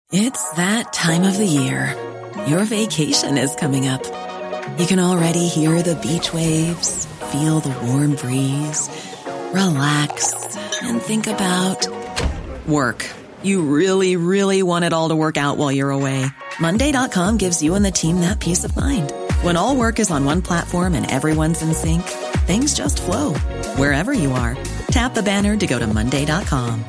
It's that time of the year. Your vacation is coming up. You can already hear the beach waves, feel the warm breeze, relax, and think about work. You really, really want it all to work out while you're away. Monday.com gives you and the team that peace of mind. When all work is on one platform and everyone's in sync, things just flow. Wherever you are, tap the banner to go to Monday.com.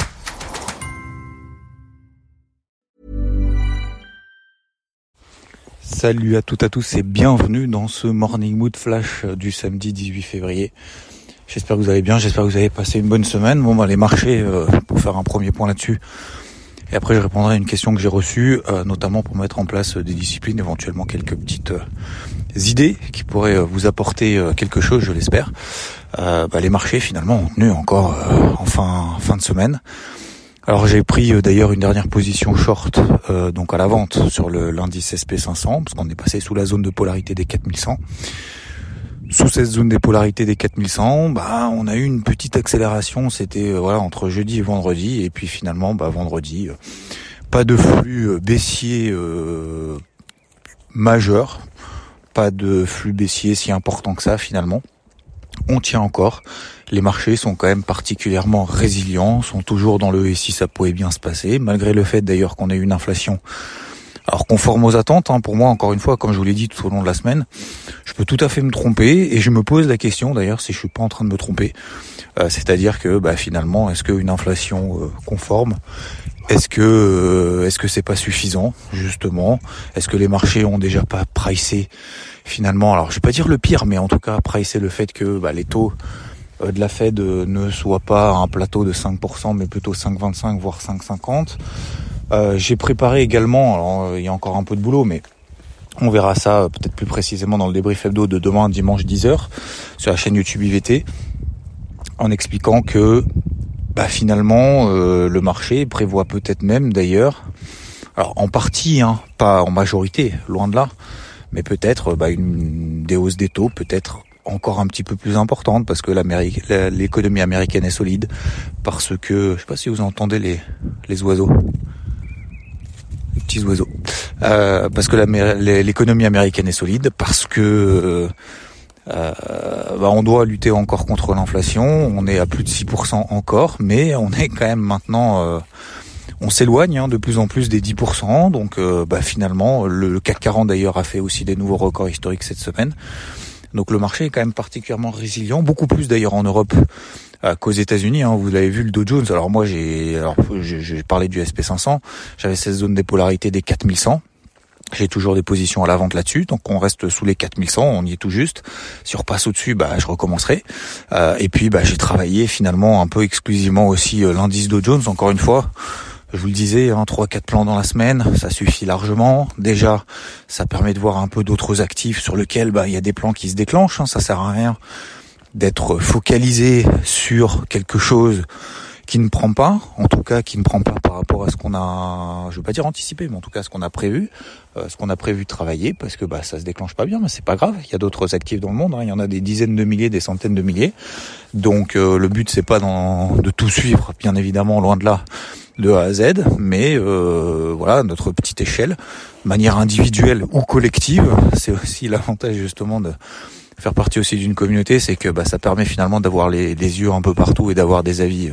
Salut à toutes et à tous et bienvenue dans ce Morning Mood Flash du samedi 18 février. J'espère que vous allez bien, j'espère que vous avez passé une bonne semaine. Les marchés, pour faire un premier point là-dessus. Et après je répondrai à une question que j'ai reçue, notamment pour mettre en place des disciplines, éventuellement quelques petites idées qui pourraient vous apporter quelque chose, je l'espère. Les marchés finalement ont tenu encore en fin de semaine. Alors j'ai pris d'ailleurs une dernière position short donc à la vente sur l'indice SP500 parce qu'on est passé sous la zone de polarité des 4100. Sous cette zone de polarité des 4100, on a eu une petite accélération, c'était entre jeudi et vendredi, et puis finalement vendredi pas de flux baissier majeur, pas de flux baissier si important que ça finalement. On tient encore. Les marchés sont quand même particulièrement résilients, sont toujours dans le « et si ça pouvait bien se passer », malgré le fait d'ailleurs qu'on ait une inflation alors conforme aux attentes. Pour moi, encore une fois, comme je vous l'ai dit tout au long de la semaine, je peux tout à fait me tromper et je me pose la question d'ailleurs si je suis pas en train de me tromper. C'est-à-dire que finalement, est-ce qu'une inflation conforme, est-ce que c'est pas suffisant justement? Est-ce que les marchés ont déjà pas pricé finalement, alors je vais pas dire le pire, mais en tout cas pricé le fait que les taux de la Fed ne soient pas à un plateau de 5%, mais plutôt 5,25 voire 5,50. J'ai préparé également, alors il y a encore un peu de boulot, mais on verra ça peut-être plus précisément dans le débrief hebdo de demain dimanche 10h sur la chaîne YouTube IVT, en expliquant que finalement le marché prévoit peut-être même d'ailleurs, alors en partie, pas en majorité, loin de là, mais peut-être des hausses des taux, peut-être encore un petit peu plus importante parce que l'économie américaine est solide, parce que je sais pas si vous entendez les oiseaux, les petits oiseaux, parce que l'économie américaine est solide, parce que on doit lutter encore contre l'inflation. On est à plus de 6% encore, mais on est quand même maintenant on s'éloigne de plus en plus des 10%, donc finalement le CAC 40 d'ailleurs a fait aussi des nouveaux records historiques cette semaine. Donc le marché est quand même particulièrement résilient, beaucoup plus d'ailleurs en Europe qu'aux États-Unis. Vous l'avez vu, le Dow Jones. Alors moi j'ai parlé du SP500, j'avais cette zone des polarités des 4100. J'ai toujours des positions à la vente là-dessus, donc on reste sous les 4100, on y est tout juste. Si on repasse au-dessus, je recommencerai. Et puis j'ai travaillé finalement un peu exclusivement aussi l'indice Dow Jones, encore une fois. Je vous le disais, 3-4 plans dans la semaine, ça suffit largement. Déjà, ça permet de voir un peu d'autres actifs sur lesquels il y a des plans qui se déclenchent. Ça sert à rien d'être focalisé sur quelque chose qui ne prend pas, en tout cas qui ne prend pas par rapport à ce qu'on a, je veux pas dire anticipé, mais en tout cas ce qu'on a prévu, de travailler, parce que ça se déclenche pas bien, mais c'est pas grave, il y a d'autres actifs dans le monde, il y en a des dizaines de milliers, des centaines de milliers, donc le but c'est pas de tout suivre, bien évidemment, loin de là, de A à Z, mais notre petite échelle, de manière individuelle ou collective, c'est aussi l'avantage justement de faire partie aussi d'une communauté, c'est que ça permet finalement d'avoir les yeux un peu partout et d'avoir des avis,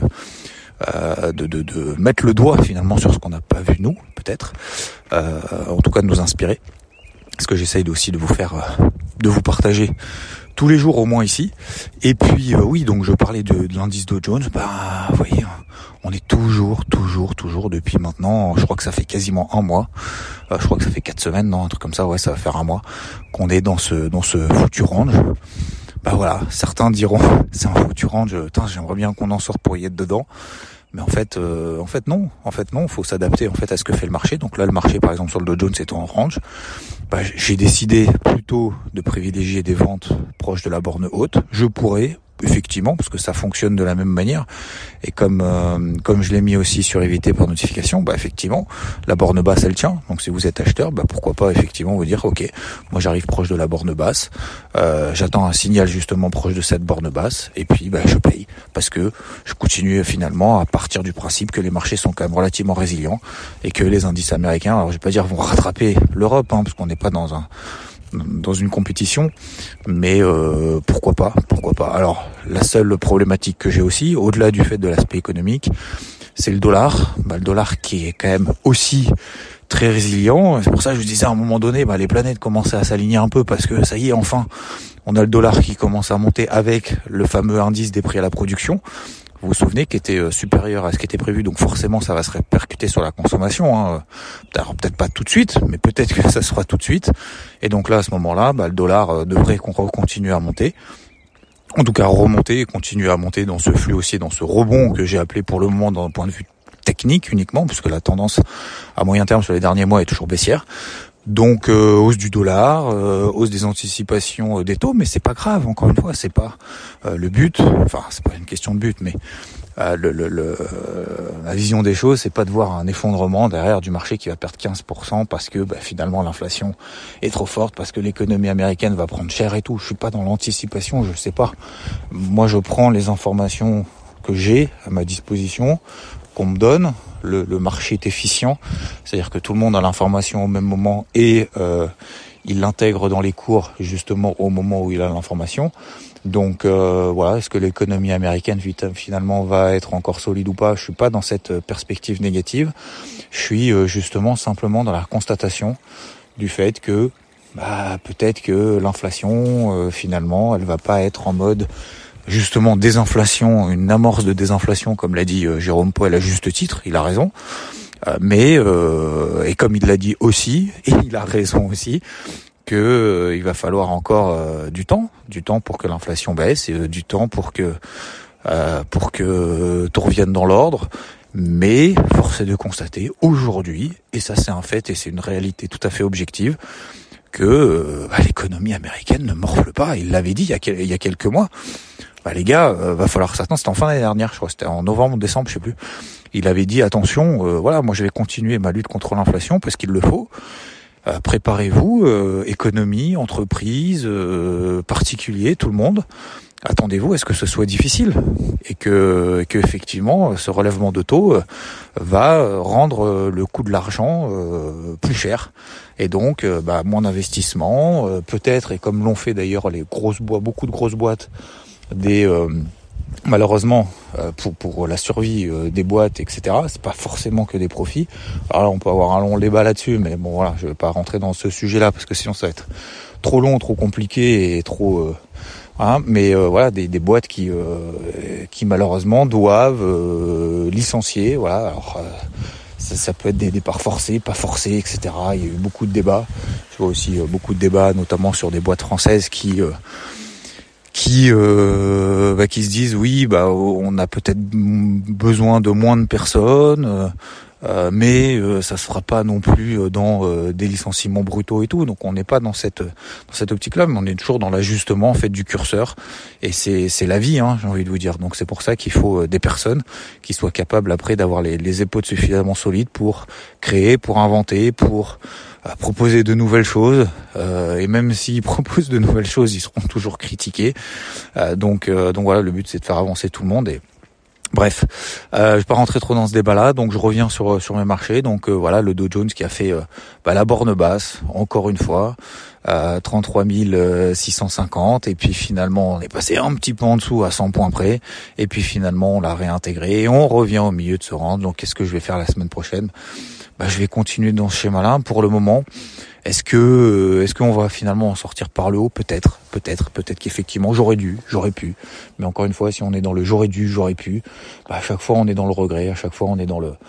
de mettre le doigt finalement sur ce qu'on n'a pas vu nous, peut-être, en tout cas de nous inspirer. Ce que j'essaye aussi de vous faire, de vous partager tous les jours au moins ici. Et puis donc je parlais de l'indice Dow Jones, vous voyez, on est toujours depuis maintenant, je crois que ça fait quasiment un mois, je crois que ça fait 4 semaines, un truc comme ça, ça va faire un mois qu'on est dans ce foutu range. Certains diront c'est un foutu range, j'aimerais bien qu'on en sorte pour y être dedans. Mais en fait non, faut s'adapter à ce que fait le marché. Donc là le marché par exemple sur le Dow Jones est en range. J'ai décidé plutôt de privilégier des ventes proches de la borne haute. Je pourrais effectivement, parce que ça fonctionne de la même manière. Et comme je l'ai mis aussi sur éviter par notification, effectivement, la borne basse elle tient. Donc si vous êtes acheteur, pourquoi pas effectivement vous dire ok, moi j'arrive proche de la borne basse, j'attends un signal justement proche de cette borne basse, et puis je paye parce que je continue finalement à partir du principe que les marchés sont quand même relativement résilients et que les indices américains, alors je vais pas dire vont rattraper l'Europe, parce qu'on n'est pas dans une compétition, mais pourquoi pas. Alors la seule problématique que j'ai aussi, au-delà du fait de l'aspect économique, c'est le dollar. Le dollar qui est quand même aussi très résilient. C'est pour ça que je vous disais à un moment donné, les planètes commençaient à s'aligner un peu parce que ça y est, enfin, on a le dollar qui commence à monter avec le fameux indice des prix à la production. Vous vous souvenez, qui était supérieur à ce qui était prévu, donc forcément ça va se répercuter sur la consommation. Alors peut-être pas tout de suite, mais peut-être que ça sera tout de suite. Et donc là, à ce moment-là, le dollar devrait continuer à monter. En tout cas, remonter et continuer à monter dans ce flux aussi, dans ce rebond que j'ai appelé pour le moment d'un point de vue technique uniquement, puisque la tendance à moyen terme sur les derniers mois est toujours baissière. Donc hausse du dollar, hausse des anticipations des taux, mais c'est pas grave, encore une fois, c'est pas le but, enfin c'est pas une question de but, mais la vision des choses, c'est pas de voir un effondrement derrière du marché qui va perdre 15% parce que finalement l'inflation est trop forte, parce que l'économie américaine va prendre cher et tout. Je suis pas dans l'anticipation, je sais pas. Moi je prends les informations que j'ai à ma disposition, qu'on me donne. Le marché est efficient, c'est-à-dire que tout le monde a l'information au même moment et il l'intègre dans les cours justement au moment où il a l'information. Donc est-ce que l'économie américaine finalement va être encore solide ou pas? Je suis pas dans cette perspective négative. Je suis justement simplement dans la constatation du fait que peut-être que l'inflation finalement elle va pas être en mode justement désinflation, une amorce de désinflation, comme l'a dit Jérôme Powell à juste titre, il a raison, mais et comme il l'a dit aussi, et il a raison aussi, que il va falloir encore du temps pour que l'inflation baisse, et du temps pour que tout revienne dans l'ordre. Mais force est de constater aujourd'hui, et ça c'est un fait et c'est une réalité tout à fait objective, que l'économie américaine ne morfle pas. Il l'avait dit il y a quelques mois. Les gars, va falloir certains, c'était en fin d'année dernière, je crois, c'était en novembre ou décembre, je sais plus. Il avait dit attention, moi je vais continuer ma lutte contre l'inflation parce qu'il le faut. Préparez-vous, économie, entreprise, particuliers, tout le monde. Attendez-vous à ce que ce soit difficile et que effectivement ce relèvement de taux va rendre le coût de l'argent plus cher et donc moins d'investissement, peut-être, et comme l'ont fait d'ailleurs beaucoup de grosses boîtes, malheureusement pour la survie des boîtes, etc. C'est pas forcément que des profits. Alors là, on peut avoir un long débat là-dessus, mais bon voilà, je vais pas rentrer dans ce sujet-là parce que sinon ça va être trop long, trop compliqué et trop des boîtes qui malheureusement doivent licencier. Voilà, alors ça peut être des départs forcés, pas forcés, etc. Il y a eu beaucoup de débats. Je vois aussi beaucoup de débats, notamment sur des boîtes françaises qui se disent on a peut-être besoin de moins de personnes, mais ça se fera pas non plus dans des licenciements brutaux et tout. Donc on n'est pas dans cette optique-là, mais on est toujours dans l'ajustement en fait du curseur. Et c'est la vie, j'ai envie de vous dire. Donc c'est pour ça qu'il faut des personnes qui soient capables après d'avoir les épaules suffisamment solides pour créer, pour inventer, pour proposer de nouvelles choses, et même s'ils proposent de nouvelles choses, ils seront toujours critiqués. Donc voilà, le but c'est de faire avancer tout le monde. Et bref, je vais pas rentrer trop dans ce débat-là. Donc je reviens sur mes marchés. Donc le Dow Jones qui a fait la borne basse encore une fois, 33 650, et puis finalement on est passé un petit peu en dessous à 100 points près, et puis finalement on l'a réintégré et on revient au milieu de ce range. Donc qu'est-ce que je vais faire la semaine prochaine? Je vais continuer dans ce schéma-là pour le moment. Est-ce qu'on va finalement en sortir par le haut? Peut-être qu'effectivement j'aurais pu. Mais encore une fois, si on est dans le j'aurais dû, j'aurais pu, à chaque fois on est dans le regret, à chaque fois on est dans le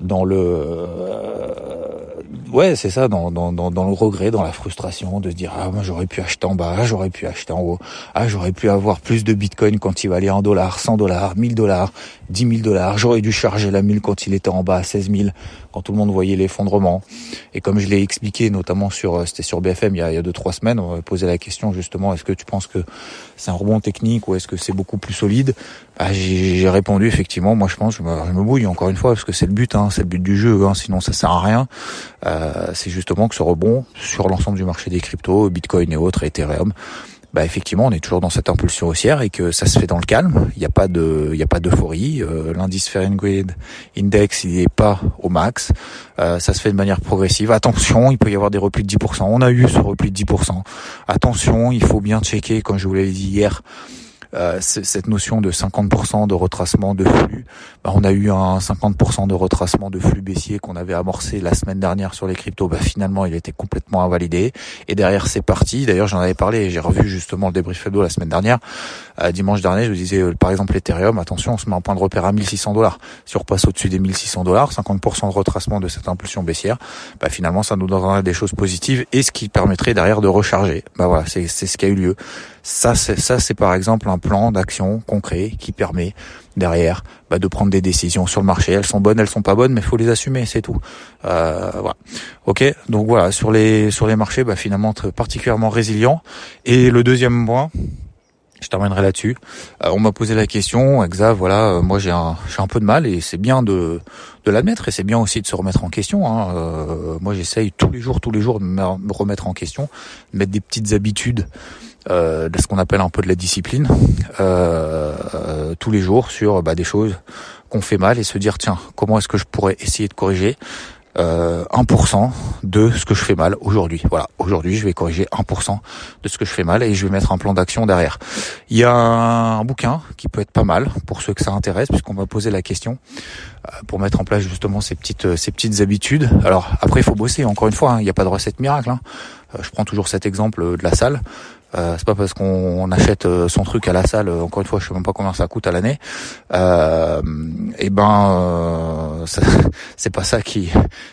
c'est ça, dans le regret, dans la frustration de se dire moi j'aurais pu acheter en bas, j'aurais pu acheter en haut, j'aurais pu avoir plus de Bitcoin quand il valait $1, $100, $1000, $10 000, j'aurais dû charger la mule quand il était en bas à 16 000. quand tout le monde voyait l'effondrement. Et comme je l'ai expliqué, notamment c'était sur BFM il y a 2-3 semaines, on m'avait posé la question justement, est-ce que tu penses que c'est un rebond technique ou est-ce que c'est beaucoup plus solide? J'ai répondu effectivement, moi je pense, je me bouille encore une fois, parce que c'est le but du jeu, sinon ça sert à rien. C'est justement que ce rebond sur l'ensemble du marché des cryptos, Bitcoin et autres, Ethereum, effectivement, on est toujours dans cette impulsion haussière et que ça se fait dans le calme. Il n'y a pas d'euphorie. L'indice Fahrenheit Index, il est pas au max. Ça se fait de manière progressive. Attention, il peut y avoir des replis de 10%. On a eu ce repli de 10%. Attention, il faut bien checker, comme je vous l'avais dit hier, cette notion de 50% de retracement de flux. On a eu un 50% de retracement de flux baissier qu'on avait amorcé la semaine dernière sur les cryptos. Finalement, il était complètement invalidé. Et derrière, c'est parti. D'ailleurs, j'en avais parlé et j'ai revu justement le débrief hebdo la semaine dernière. Dimanche dernier, je vous disais, par exemple, l'Ethereum, attention, on se met un point de repère à $1 600. Si on repasse au-dessus des $1 600, 50% de retracement de cette impulsion baissière, finalement, ça nous donnerait des choses positives et ce qui permettrait derrière de recharger. Voilà, c'est ce qui a eu lieu. Ça, c'est par exemple un plan d'action concret qui permet derrière de prendre des décisions sur le marché. Elles sont bonnes, elles sont pas bonnes, mais il faut les assumer, c'est tout. Voilà. Ok, donc voilà, sur les marchés, finalement particulièrement résilients. Et le deuxième point, je terminerai là-dessus. On m'a posé la question, Exa, voilà, moi j'ai un peu de mal et c'est bien de l'admettre et c'est bien aussi de se remettre en question. Moi j'essaye tous les jours de me remettre en question, de mettre des petites habitudes, de ce qu'on appelle un peu de la discipline, tous les jours sur des choses qu'on fait mal et se dire tiens, comment est-ce que je pourrais essayer de corriger 1% de ce que je fais mal aujourd'hui. Voilà, aujourd'hui je vais corriger 1% de ce que je fais mal et je vais mettre un plan d'action derrière. Il y a un bouquin qui peut être pas mal pour ceux que ça intéresse, puisqu'on m'a posé la question pour mettre en place justement ces petites habitudes. Alors après il faut bosser, encore une fois, il n'y a pas de recette miracle. Je prends toujours cet exemple de la salle. C'est pas parce qu'on achète son truc à la salle, encore une fois, je sais même pas combien ça coûte à l'année. C'est pas ça qui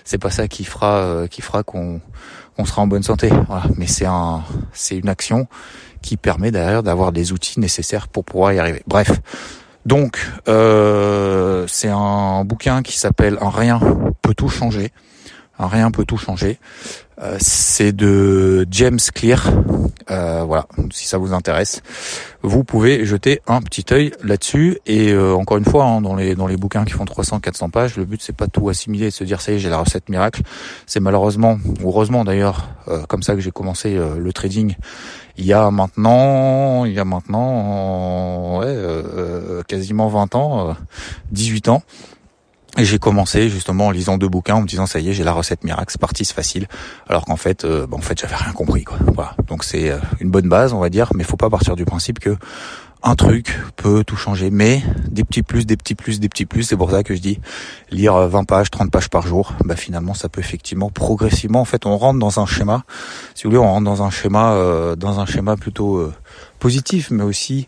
fera qu'on sera en bonne santé. Voilà. Mais c'est une action qui permet derrière d'avoir des outils nécessaires pour pouvoir y arriver. Bref. Donc, c'est un bouquin qui s'appelle Un rien peut tout changer. Un rien peut tout changer. C'est de James Clear. Voilà, si ça vous intéresse, vous pouvez jeter un petit œil là-dessus. Et encore une fois, dans les bouquins qui font 300-400 pages, le but c'est pas de tout assimiler et de se dire ça y est, j'ai la recette miracle. C'est malheureusement, ou heureusement d'ailleurs, comme ça que j'ai commencé le trading il y a maintenant quasiment 20 ans, 18 ans. Et j'ai commencé justement en lisant 2 bouquins, en me disant ça y est, j'ai la recette miracle, c'est parti, c'est facile. Alors qu'en fait, j'avais rien compris, quoi. Voilà. Donc c'est une bonne base, on va dire, mais faut pas partir du principe que un truc peut tout changer. Mais des petits plus. C'est pour ça que je dis lire 20 pages, 30 pages par jour. Finalement, ça peut effectivement progressivement. En fait, on rentre dans un schéma. Si vous voulez, on rentre dans un schéma plutôt positif, mais aussi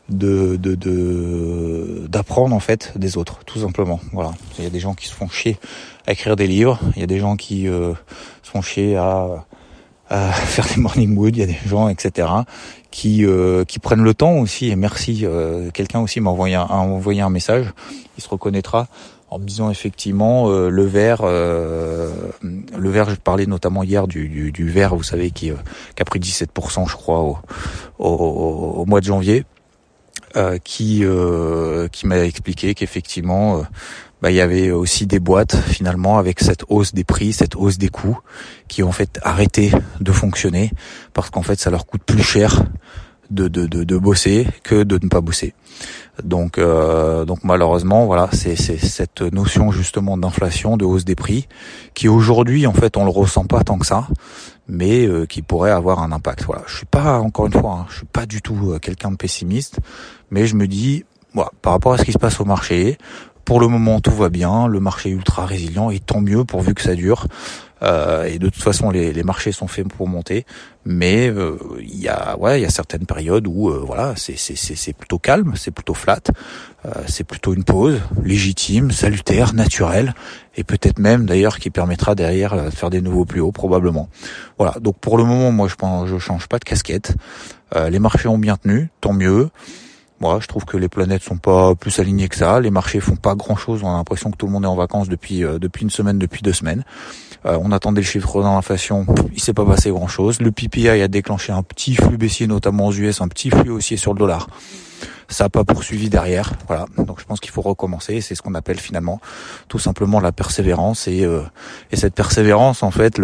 d'apprendre en fait des autres, tout simplement. Voilà. Il y a des gens qui se font chier à écrire des livres, il y a des gens qui se font chier à faire des morning wood, il y a des gens, etc., qui prennent le temps aussi. Et merci, quelqu'un aussi m'a envoyé un message, il se reconnaîtra, en me disant effectivement le verre, je parlais notamment hier du verre, vous savez, qui a pris 17%, je crois, au mois de janvier. Qui m'a expliqué qu'effectivement il y avait aussi des boîtes finalement avec cette hausse des prix, cette hausse des coûts qui ont en fait arrêté de fonctionner parce qu'en fait ça leur coûte plus cher de bosser que de ne pas bosser. Donc malheureusement voilà, c'est cette notion justement d'inflation, de hausse des prix qui aujourd'hui en fait on le ressent pas tant que ça, mais qui pourrait avoir un impact. Voilà, je suis pas, encore une fois, je suis pas du tout quelqu'un de pessimiste, mais je me dis voilà, par rapport à ce qui se passe au marché, pour le moment tout va bien, le marché est ultra résilient et tant mieux pourvu que ça dure. Et de toute façon les marchés sont faits pour monter, mais il y a certaines périodes où voilà, c'est plutôt calme, c'est plutôt flat, c'est plutôt une pause légitime, salutaire, naturelle, et peut-être même d'ailleurs qui permettra derrière de faire des nouveaux plus hauts probablement. Voilà, donc pour le moment moi je change pas de casquette. Les marchés ont bien tenu, tant mieux. Moi, je trouve que les planètes sont pas plus alignées que ça. Les marchés font pas grand-chose. On a l'impression que tout le monde est en vacances depuis une semaine, depuis 2 semaines. On attendait le chiffre dans l'inflation. Il s'est pas passé grand-chose. Le PPI a déclenché un petit flux baissier, notamment aux US, un petit flux haussier sur le dollar. Ça n'a pas poursuivi derrière. Voilà. Donc je pense qu'il faut recommencer. C'est ce qu'on appelle finalement tout simplement la persévérance. Et cette persévérance, en fait,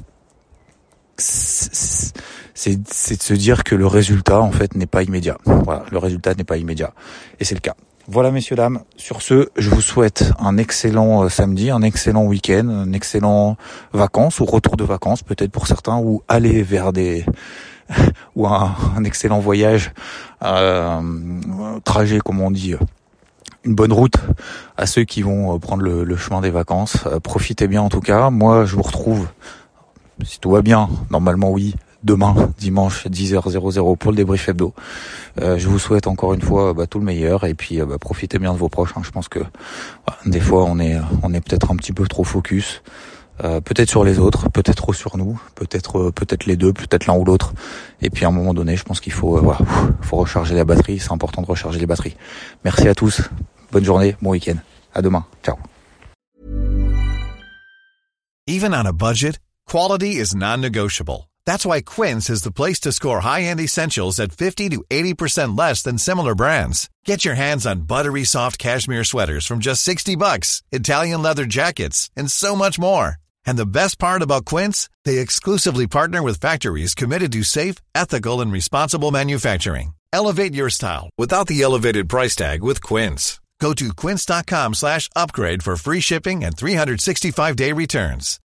c'est de se dire que le résultat en fait n'est pas immédiat. Voilà, le résultat n'est pas immédiat et c'est le cas. Voilà messieurs dames, sur ce, je vous souhaite un excellent samedi, un excellent week-end, un excellent vacances ou retour de vacances peut-être pour certains, ou aller vers ou un excellent voyage, trajet comme on dit, une bonne route à ceux qui vont prendre le chemin des vacances. Profitez bien en tout cas. Moi je vous retrouve, si tout va bien, normalement oui, demain, dimanche, 10h00 pour le débrief hebdo. Je vous souhaite encore une fois tout le meilleur et puis profitez bien de vos proches. Je pense que des fois on est peut-être un petit peu trop focus, peut-être sur les autres, peut-être trop sur nous, peut-être les deux, peut-être l'un ou l'autre. Et puis à un moment donné, je pense qu'il faut recharger la batterie. C'est important de recharger les batteries. Merci à tous. Bonne journée, bon week-end. À demain. Ciao. Even on a budget, quality is non-negotiable. That's why Quince is the place to score high-end essentials at 50 to 80% less than similar brands. Get your hands on buttery soft cashmere sweaters from just $60, Italian leather jackets, and so much more. And the best part about Quince, they exclusively partner with factories committed to safe, ethical, and responsible manufacturing. Elevate your style without the elevated price tag with Quince. Go to quince.com/upgrade for free shipping and 365-day returns.